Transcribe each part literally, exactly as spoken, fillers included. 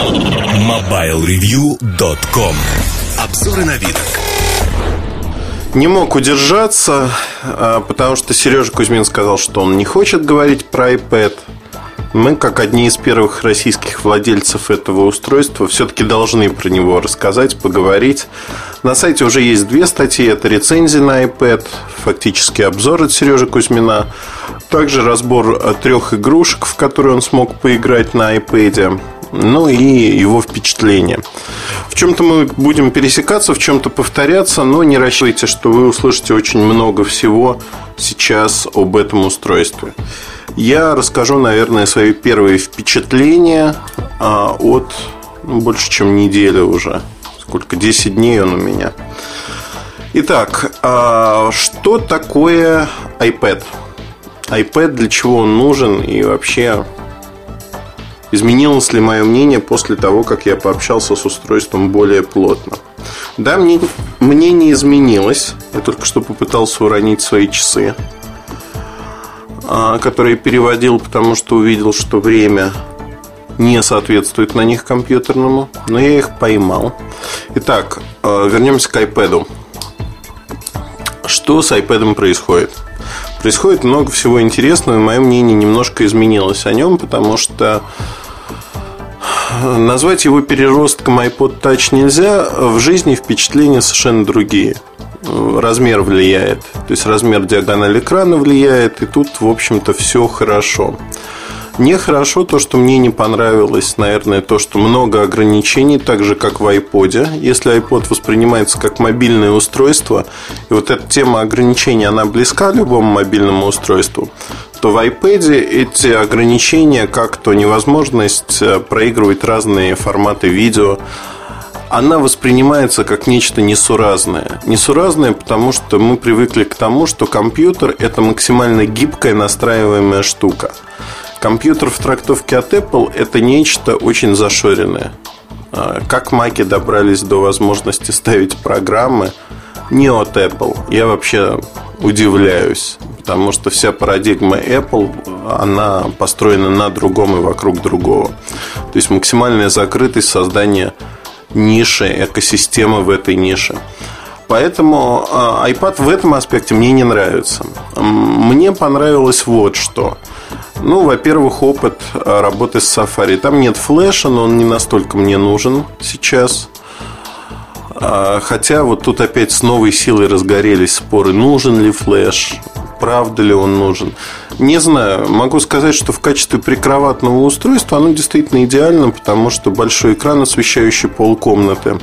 мобайл ревью точка ком. Обзоры новинок. Не мог удержаться, потому что Сережа Кузьмин сказал, что он не хочет говорить про iPad. Мы, как одни из первых российских владельцев этого устройства, все-таки должны про него рассказать, поговорить. На сайте уже есть две статьи. Это рецензии на iPad, фактически обзор от Сережи Кузьмина. Также разбор трех игрушек, в которые он смог поиграть на iPad. Ну и его впечатления. В чем-то мы будем пересекаться, в чем-то повторяться, но не рассчитывайте, что вы услышите очень много всего сейчас об этом устройстве. Я расскажу, наверное, свои первые впечатления а, от ну, больше, чем недели уже. Сколько? десять дней он у меня. Итак, а, что такое iPad? iPad, для чего он нужен и вообще изменилось ли мое мнение после того, как я пообщался с устройством более плотно? Да, мне, мне не изменилось. Я только что попытался уронить свои часы, которые переводил, потому что увидел, что время не соответствует на них компьютерному. Но я их поймал. Итак, вернемся к iPad. Что с iPad происходит? Происходит много всего интересного, и мое мнение немножко изменилось о нем, потому что назвать его переростком iPod Touch нельзя. В жизни впечатления совершенно другие. Размер влияет, то есть размер диагонали экрана влияет, и тут, в общем-то, все хорошо. Нехорошо то, что мне не понравилось, наверное, то, что много ограничений, так же, как в iPod. Если iPod воспринимается как мобильное устройство, и вот эта тема ограничений, она близка любому мобильному устройству, то в iPad эти ограничения, как то невозможность проигрывать разные форматы видео, она воспринимается как нечто несуразное. Несуразное, потому что мы привыкли к тому, что компьютер – это максимально гибкая настраиваемая штука. Компьютер в трактовке от Apple – это нечто очень зашоренное. Как маки добрались до возможности ставить программы не от Apple, я вообще удивляюсь. Потому что вся парадигма Apple, она построена на другом и вокруг другого. То есть максимальная закрытость создания ниши, экосистемы в этой нише. Поэтому iPad в этом аспекте мне не нравится. Мне понравилось вот что. Ну, во-первых, опыт работы с Safari. Там нет флеша, но он не настолько мне нужен сейчас. Хотя вот тут опять с новой силой разгорелись споры, нужен ли флеш, правда ли он нужен. Не знаю, могу сказать, что в качестве прикроватного устройства оно действительно идеально, потому что большой экран, освещающий полкомнаты.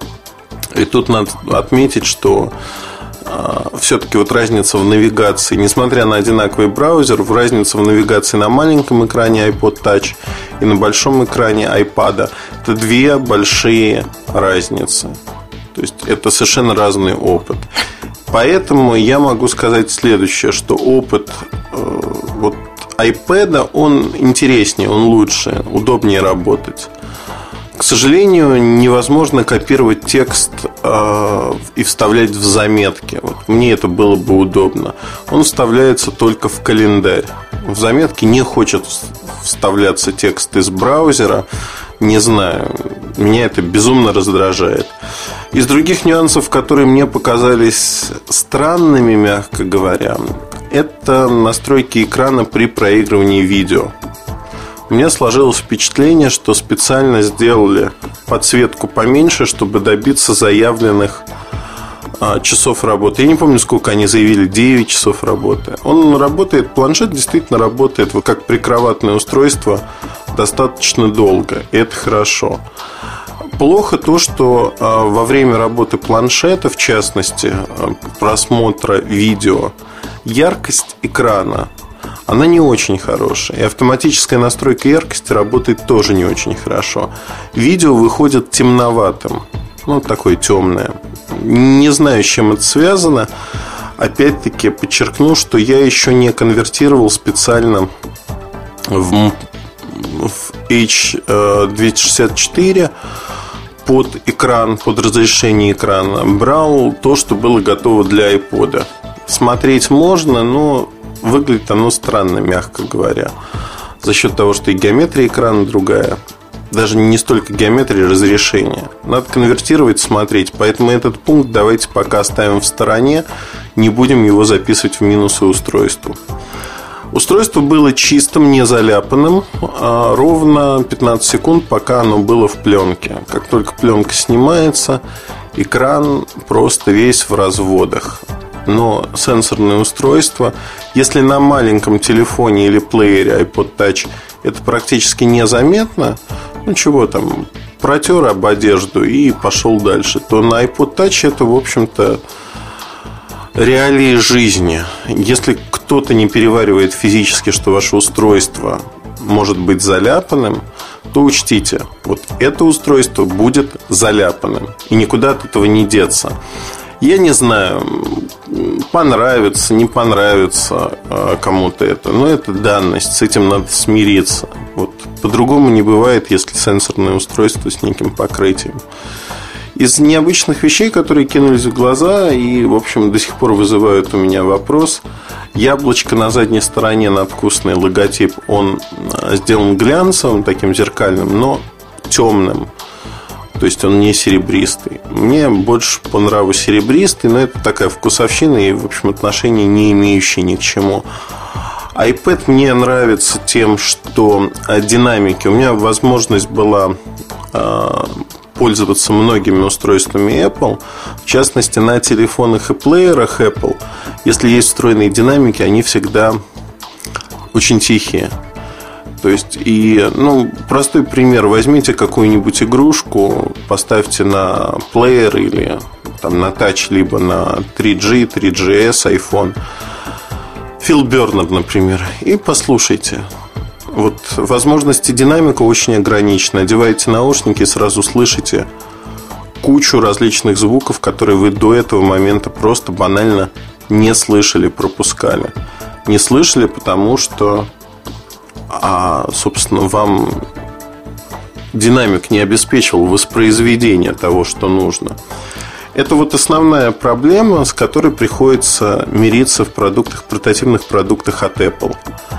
И тут надо отметить, что э, все-таки вот разница в навигации, несмотря на одинаковый браузер, в разница в навигации на маленьком экране iPod Touch и на большом экране iPad — это две большие разницы. То есть это совершенно разный опыт. Поэтому я могу сказать следующее, что опыт э, вот iPad, он интереснее, он лучше, удобнее работать. К сожалению, невозможно копировать текст э, и вставлять в заметки. Вот мне это было бы удобно. Он вставляется только в календарь. В заметки не хочет вставляться текст из браузера. Не знаю, меня это безумно раздражает. Из других нюансов, которые мне показались странными, мягко говоря, это настройки экрана при проигрывании видео. У меня сложилось впечатление, что специально сделали подсветку поменьше, чтобы добиться заявленных а, часов работы. Я не помню, сколько они заявили, девять часов работы. Он работает, планшет действительно работает вот как прикроватное устройство достаточно долго, и это хорошо. Плохо то, что а, во время работы планшета, в частности, а, просмотра видео, яркость экрана, она не очень хорошая. И автоматическая настройка яркости работает тоже не очень хорошо. Видео выходит темноватым. Ну, такое темное. Не знаю, с чем это связано. Опять-таки подчеркну, что я еще не конвертировал специально в, в эйч двести шестьдесят четыре под экран, под разрешение экрана. Брал то, что было готово для iPod. Смотреть можно, но выглядит оно странно, мягко говоря. За счет того, что и геометрия экрана другая. даже не столько геометрии, разрешения. Надо конвертировать, смотреть. Поэтому этот пункт давайте пока оставим в стороне. Не будем его записывать в минусы устройству. Устройство было чистым, не заляпанным, а ровно пятнадцать секунд, пока оно было в пленке. Как только пленка снимается, экран просто весь в разводах. Но сенсорное устройство, если на маленьком телефоне или плеере iPod Touch это практически незаметно, ну чего там, протер об одежду и пошел дальше, то на iPod Touch это, в общем-то, реалии жизни. Если кто-то не переваривает физически, что ваше устройство может быть заляпанным, то учтите, вот это устройство будет заляпанным, и никуда от этого не деться. Я не знаю, понравится, не понравится кому-то это, но это данность, с этим надо смириться. Вот по-другому не бывает, если сенсорное устройство с неким покрытием. Из необычных вещей, которые кинулись в глаза и, в общем, до сих пор вызывают у меня вопрос: яблочко на задней стороне, надкусный логотип, он сделан глянцевым, таким зеркальным, но темным. То есть он не серебристый. Мне больше по нраву серебристый, но это такая вкусовщина и, в общем, отношения не имеющие ни к чему. iPad мне нравится тем, что динамики. У меня возможность была пользоваться многими устройствами Apple, в частности на телефонах и плеерах Apple. Если есть встроенные динамики, они всегда очень тихие. То есть, и, ну, простой пример. Возьмите какую-нибудь игрушку, поставьте на плеер или там, на тач, либо на три джи, три джи эс, iPhone, Phil Bernard, например, и послушайте. Вот возможности динамика очень ограничены. Одеваете наушники и сразу слышите кучу различных звуков, которые вы до этого момента просто банально не слышали, пропускали. Не слышали, потому что, а, собственно, вам динамик не обеспечивал воспроизведение того, что нужно. Это вот основная проблема, с которой приходится мириться в продуктах, портативных продуктах от Apple.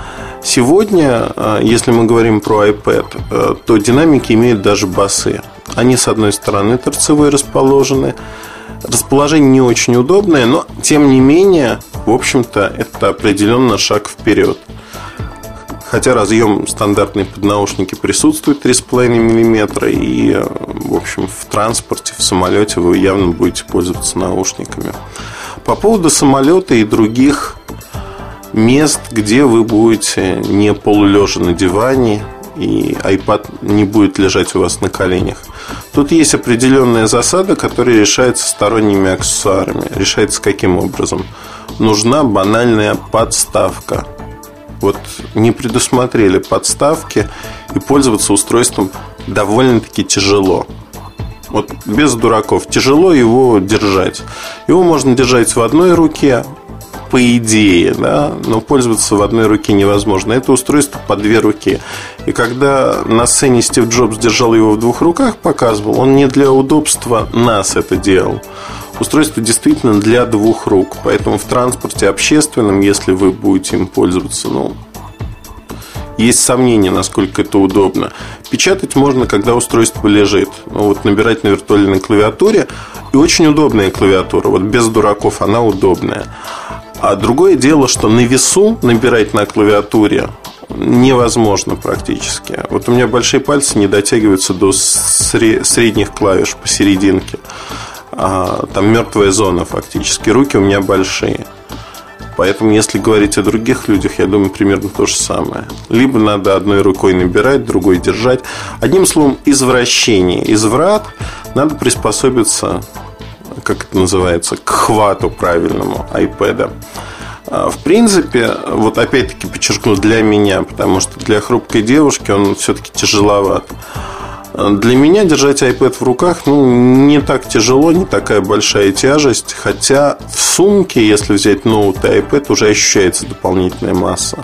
Сегодня, если мы говорим про iPad, то динамики имеют даже басы. Они, с одной стороны, торцевые расположены. Расположение не очень удобное, но, тем не менее, в общем-то, это определенно шаг вперед. Хотя разъем стандартный под наушники присутствует три с половиной миллиметра. И, в общем, в транспорте, в самолете вы явно будете пользоваться наушниками. По поводу самолета и других мест, где вы будете не полулежа на диване и iPad не будет лежать у вас на коленях. Тут есть определенная засада, которая решается сторонними аксессуарами. Решается каким образом? Нужна банальная подставка. Вот не предусмотрели подставки, и пользоваться устройством довольно-таки тяжело. Вот без дураков. Тяжело его держать. Его можно держать в одной руке, по идее, да, но пользоваться в одной руке невозможно. Это устройство по две руки. И когда на сцене Стив Джобс держал его в двух руках, показывал, он не для удобства нас это делал. Устройство действительно для двух рук. Поэтому в транспорте общественном, если вы будете им пользоваться, ну, есть сомнения, насколько это удобно. Печатать можно, когда устройство лежит. Ну, вот набирать на виртуальной клавиатуре. И очень удобная клавиатура. Вот без дураков она удобная. А другое дело, что на весу набирать на клавиатуре невозможно практически. Вот у меня большие пальцы не дотягиваются до средних клавиш посерединке. А там мертвая зона фактически. Руки у меня большие. Поэтому, если говорить о других людях, я думаю, примерно то же самое. Либо надо одной рукой набирать, другой держать. Одним словом, извращение. Изврат. Надо приспособиться, как это называется, к хвату правильному iPad. В принципе, вот опять-таки подчеркну, для меня, потому что для хрупкой девушки он все-таки тяжеловат. Для меня держать iPad в руках, ну, не так тяжело, не такая большая тяжесть. Хотя в сумке, если взять ноут и iPad, уже ощущается дополнительная масса.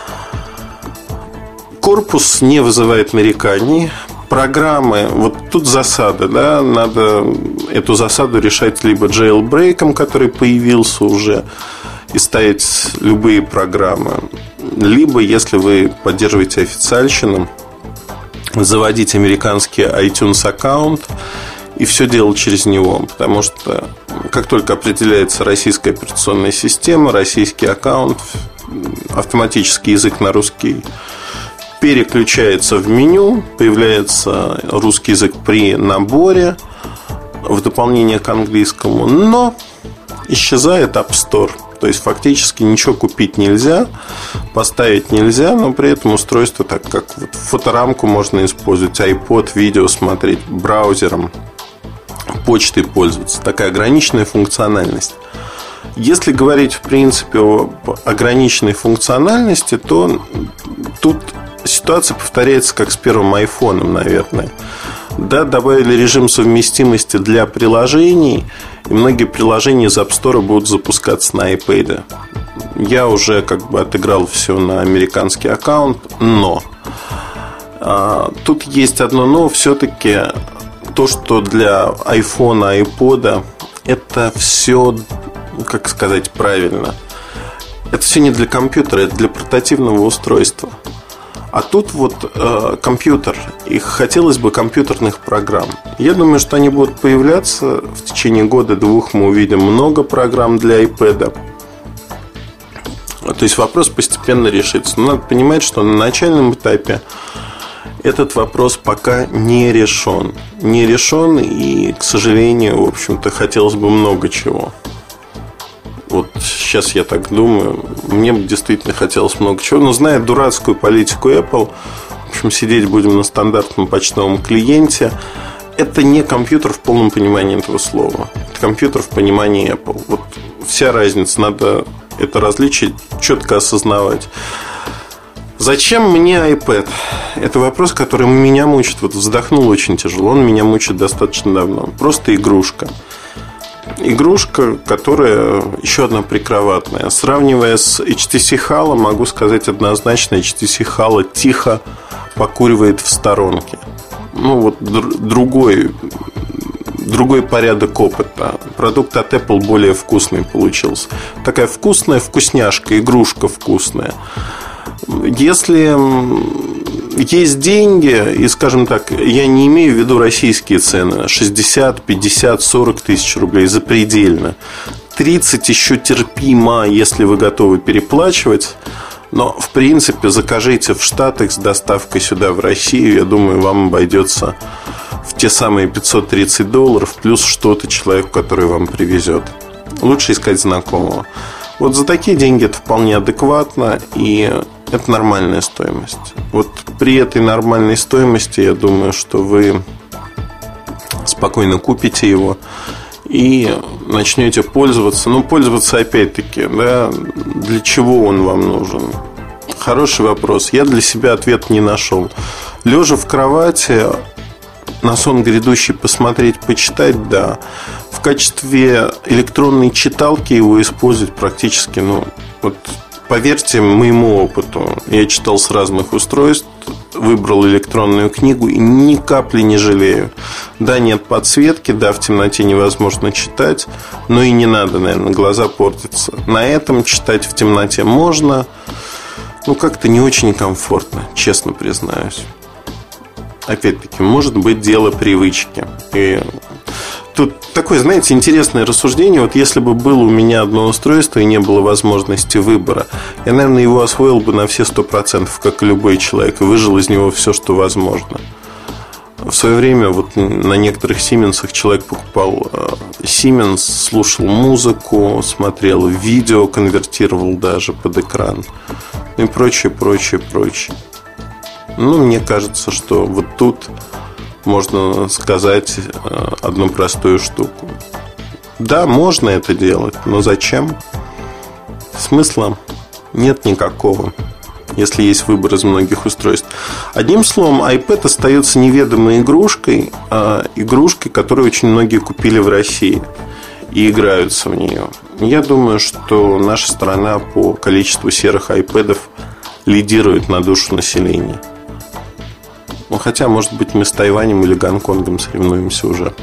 Корпус не вызывает нареканий. Программы, вот тут засада, да, надо эту засаду решать либо джейлбрейком, который появился уже, и ставить любые программы, либо, если вы поддерживаете официальщину, заводить американский iTunes аккаунт и все делать через него. Потому что как только определяется российская операционная система, российский аккаунт, автоматический язык на русский переключается в меню, появляется русский язык при наборе в дополнение к английскому, но исчезает App Store. То есть фактически ничего купить нельзя, поставить нельзя, но при этом устройство, так как вот фоторамку можно использовать, iPod, видео смотреть, браузером, почтой пользоваться. Такая ограниченная функциональность. Если говорить в принципе об ограниченной функциональности, то тут ситуация повторяется как с первым айфоном, наверное. Да, добавили режим совместимости для приложений, и многие приложения из App Store будут запускаться на iPad. Я уже как бы отыграл все на американский аккаунт, но а, тут есть одно но. Все-таки то, что для iPhone, iPod это все, как сказать правильно, это все не для компьютера, это для портативного устройства. А тут вот э, компьютер, и хотелось бы компьютерных программ. Я думаю, что они будут появляться в течение года-двух. Мы увидим много программ для iPad. То есть вопрос постепенно решится. Но надо понимать, что на начальном этапе этот вопрос пока не решен. Не решен, и, к сожалению, в общем-то, хотелось бы много чего. Вот сейчас я так думаю, мне бы действительно хотелось много чего. Но зная дурацкую политику Apple, в общем, сидеть будем на стандартном почтовом клиенте. Это не компьютер в полном понимании этого слова. Это компьютер в понимании Apple. Вот вся разница, надо это различие четко осознавать. Зачем мне iPad? Это вопрос, который меня мучит. Вот вздохнул очень тяжело, он меня мучит достаточно давно. Просто игрушка. Игрушка, которая еще одна прикроватная. Сравнивая с эйч ти си Halo, могу сказать однозначно, эйч ти си Halo тихо покуривает в сторонке. Ну вот другой, другой порядок опыта. Продукт от Apple более вкусный получился. Такая вкусная вкусняшка, игрушка вкусная. Если есть деньги, и, скажем так, я не имею в виду российские цены, шестьдесят, пятьдесят, сорок тысяч рублей запредельно, тридцать еще терпимо, если вы готовы переплачивать. Но, в принципе, закажите в Штатах с доставкой сюда, в Россию. Я думаю, вам обойдется в те самые пятьсот тридцать долларов, плюс что-то человеку, который вам привезет. Лучше искать знакомого. Вот за такие деньги это вполне адекватно, и это нормальная стоимость. Вот при этой нормальной стоимости, я думаю, что вы спокойно купите его и начнете пользоваться. Ну, пользоваться опять-таки, да, для чего он вам нужен? Хороший вопрос. Я для себя ответ не нашел. Лежа в кровати, на сон грядущий посмотреть, почитать, да. В качестве электронной читалки его использовать практически, ну, вот поверьте моему опыту, я читал с разных устройств, выбрал электронную книгу и ни капли не жалею. Да, нет подсветки, да, в темноте невозможно читать, но и не надо, наверное, глаза портятся. На этом читать в темноте можно, ну, как-то не очень комфортно, честно признаюсь. Опять-таки, может быть, дело привычки. И тут такое, знаете, интересное рассуждение. Вот если бы было у меня одно устройство и не было возможности выбора, я, наверное, его освоил бы на все сто процентов, как и любой человек, и выжил из него все, что возможно. В свое время вот на некоторых Siemens'ах человек покупал Siemens, слушал музыку, смотрел видео, конвертировал даже под экран и прочее, прочее, прочее. Ну, мне кажется, что вот тут можно сказать одну простую штуку. Да, можно это делать, но зачем? Смысла нет никакого, если есть выбор из многих устройств. Одним словом, iPad остается неведомой игрушкой, а игрушкой, которую очень многие купили в России и играются в нее. Я думаю, что наша страна по количеству серых iPad'ов лидирует на душу населения. Ну, хотя, может быть, мы с Тайванем или Гонконгом соревнуемся уже.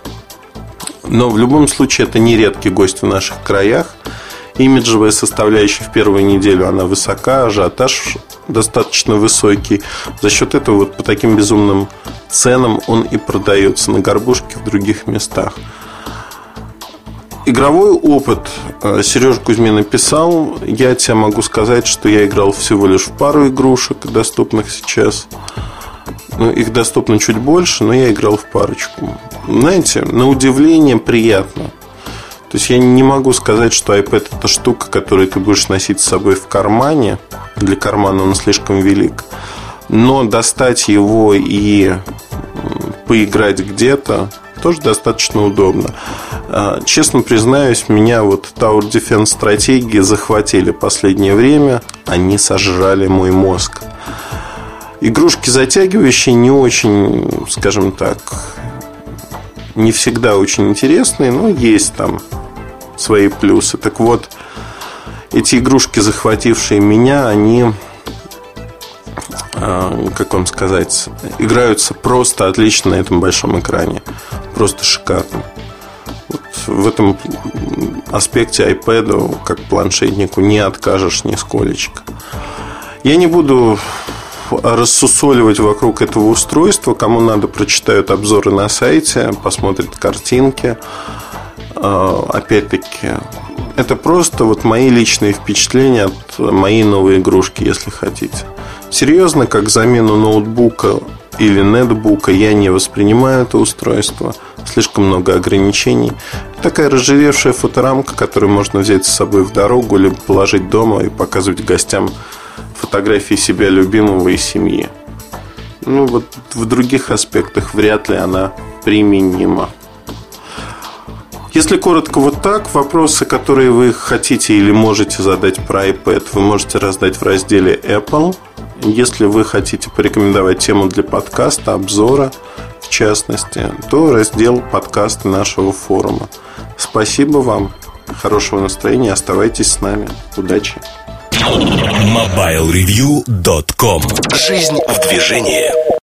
Но в любом случае это не редкий гость в наших краях. Имиджевая составляющая в первую неделю, она высока, ажиотаж достаточно высокий. За счет этого вот по таким безумным ценам он и продается на горбушке в других местах. Игровой опыт Сережа Кузьмин написал. Я тебе могу сказать, что я играл всего лишь в пару игрушек, доступных сейчас. Ну, их доступно чуть больше, но я играл в парочку. Знаете, на удивление приятно. То есть я не могу сказать, что iPad — это штука, которую ты будешь носить с собой в кармане. Для кармана он слишком велик. Но достать его и поиграть где-то тоже достаточно удобно. Честно признаюсь, меня вот Tower Defense стратегии захватили в последнее время. Они сожрали мой мозг. Игрушки затягивающие, не очень, скажем так, не всегда очень интересные, но есть там свои плюсы. Так вот, эти игрушки, захватившие меня, они, как вам сказать, играются просто отлично на этом большом экране. Просто шикарно. Вот в этом аспекте iPad, как планшетнику, не откажешь нисколечко. Я не буду рассусоливать вокруг этого устройства. Кому надо, прочитают обзоры на сайте, посмотрят картинки. Опять-таки, это просто вот мои личные впечатления от моей новой игрушки, если хотите. Серьезно, как замену ноутбука или нетбука я не воспринимаю это устройство. Слишком много ограничений. Такая разжиревшая фоторамка, которую можно взять с собой в дорогу, либо положить дома и показывать гостям фотографии себя любимого и семьи. Ну вот в других аспектах вряд ли она применима. Если коротко вот так, вопросы, которые вы хотите или можете задать про iPad, вы можете раздать в разделе Apple. Если вы хотите порекомендовать тему для подкаста, обзора в частности, то раздел подкасты нашего форума. Спасибо вам, хорошего настроения, оставайтесь с нами. Удачи! мобайл ревью точка ком. Жизнь в движении.